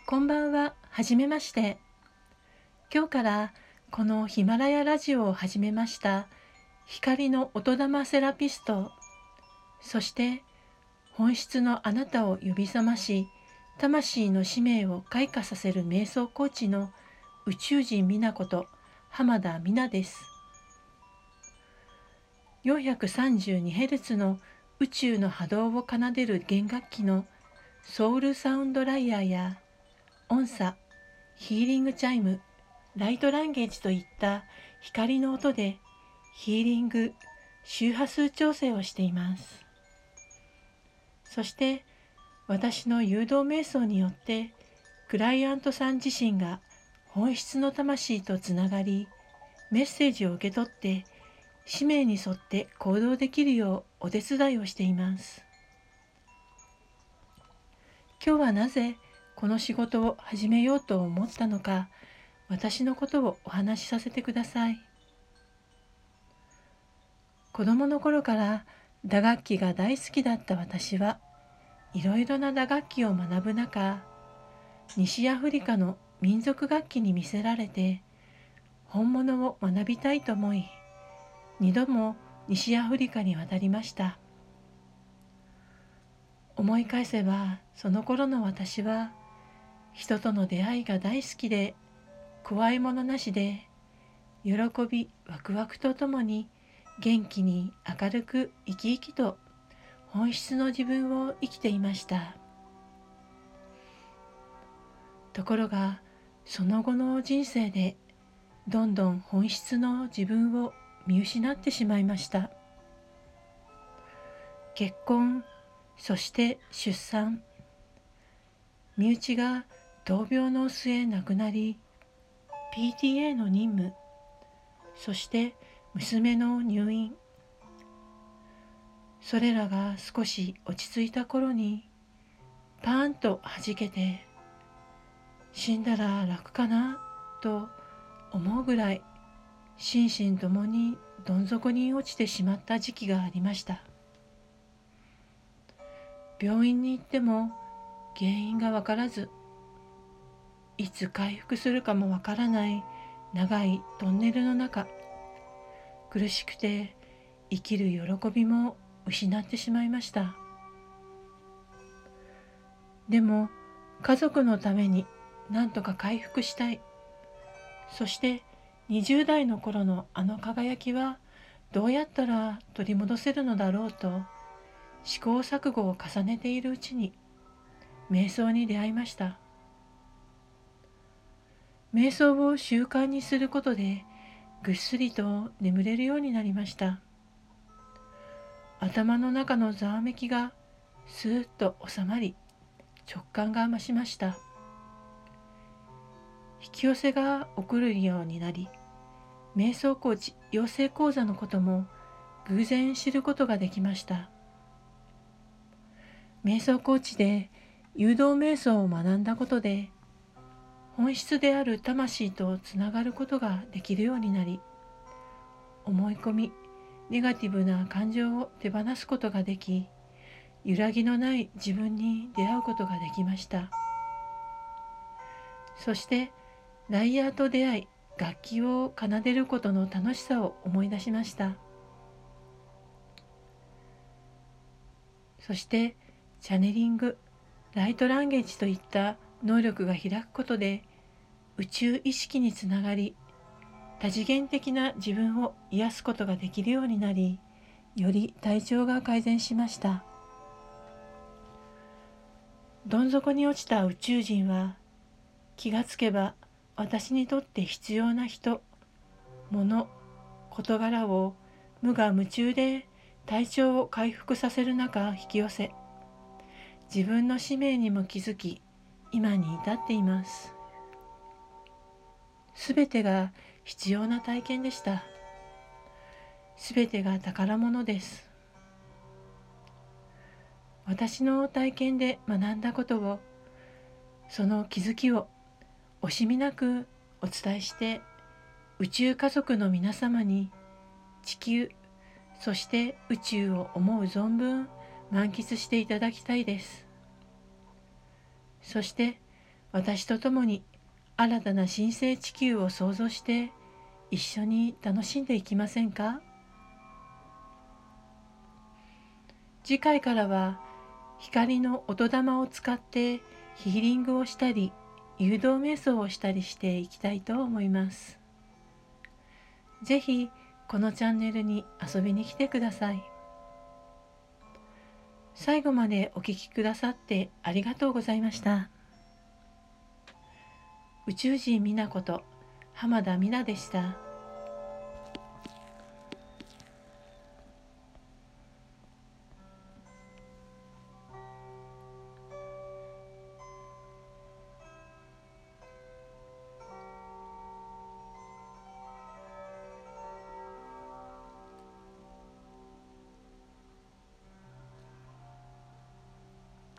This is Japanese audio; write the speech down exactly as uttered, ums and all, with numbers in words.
こんばんは。はじめまして。今日からこのヒマラヤラジオを始めました光の音玉セラピスト、そして本質のあなたを呼び覚まし、魂の使命を開花させる瞑想コーチの宇宙人みなこと浜田美奈です。よんひゃくさんじゅうにヘルツ の宇宙の波動を奏でる弦楽器のソウルサウンドライヤーや音叉、ヒーリングチャイム、ライトランゲージといった光の音でヒーリング、周波数調整をしています。そして私の誘導瞑想によってクライアントさん自身が本質の魂とつながり、メッセージを受け取って使命に沿って行動できるようお手伝いをしています。今日はなぜこの仕事を始めようと思ったのか、私のことをお話しさせてください。子供の頃から打楽器が大好きだった私は、いろいろな打楽器を学ぶ中、西アフリカの民族楽器に魅せられて、本物を学びたいと思い、二度も西アフリカに渡りました。思い返せば、その頃の私は、人との出会いが大好きで、怖いものなしで、喜び、ワクワクとともに、元気に明るく生き生きと、本質の自分を生きていました。ところが、その後の人生で、どんどん本質の自分を見失ってしまいました。結婚、そして出産。身内が闘病の末亡くなり、ピーティーエー の任務、そして娘の入院。それらが少し落ち着いた頃に、パーンと弾けて、死んだら楽かなと思うぐらい、心身ともにどん底に落ちてしまった時期がありました。病院に行っても原因がわからず、いつ回復するかもわからない長いトンネルの中、苦しくて生きる喜びも失ってしまいました。でも家族のために何とか回復したい。そしてにじゅう代の頃のあの輝きはどうやったら取り戻せるのだろうと試行錯誤を重ねているうちに瞑想に出会いました。瞑想を習慣にすることでぐっすりと眠れるようになりました。頭の中のざわめきがスーッと収まり、直感が増しました。引き寄せが起こるようになり、瞑想コーチ養成講座のことも偶然知ることができました。瞑想コーチで誘導瞑想を学んだことで、本質である魂とつながることができるようになり、思い込み、ネガティブな感情を手放すことができ、揺らぎのない自分に出会うことができました。そしてライヤーと出会い、楽器を奏でることの楽しさを思い出しました。そしてチャネリング、ライトランゲージといった能力が開くことで宇宙意識につながり、多次元的な自分を癒すことができるようになり、より体調が改善しました。どん底に落ちた宇宙人は、気がつけば私にとって必要な人、物、事柄を無我夢中で体調を回復させる中引き寄せ、自分の使命にも気づき、今に至っています。すべてが必要な体験でした。すべてが宝物です。私の体験で学んだことを、その気づきを惜しみなくお伝えして、宇宙家族の皆様に地球、そして宇宙を思う存分満喫していただきたいです。そして私と共に新たな新生地球を創造して一緒に楽しんでいきませんか？次回からは光の音玉を使ってヒーリングをしたり誘導瞑想をしたりしていきたいと思います。ぜひこのチャンネルに遊びに来てください。最後までお聞きくださってありがとうございました。宇宙人みなこと浜田美奈でした。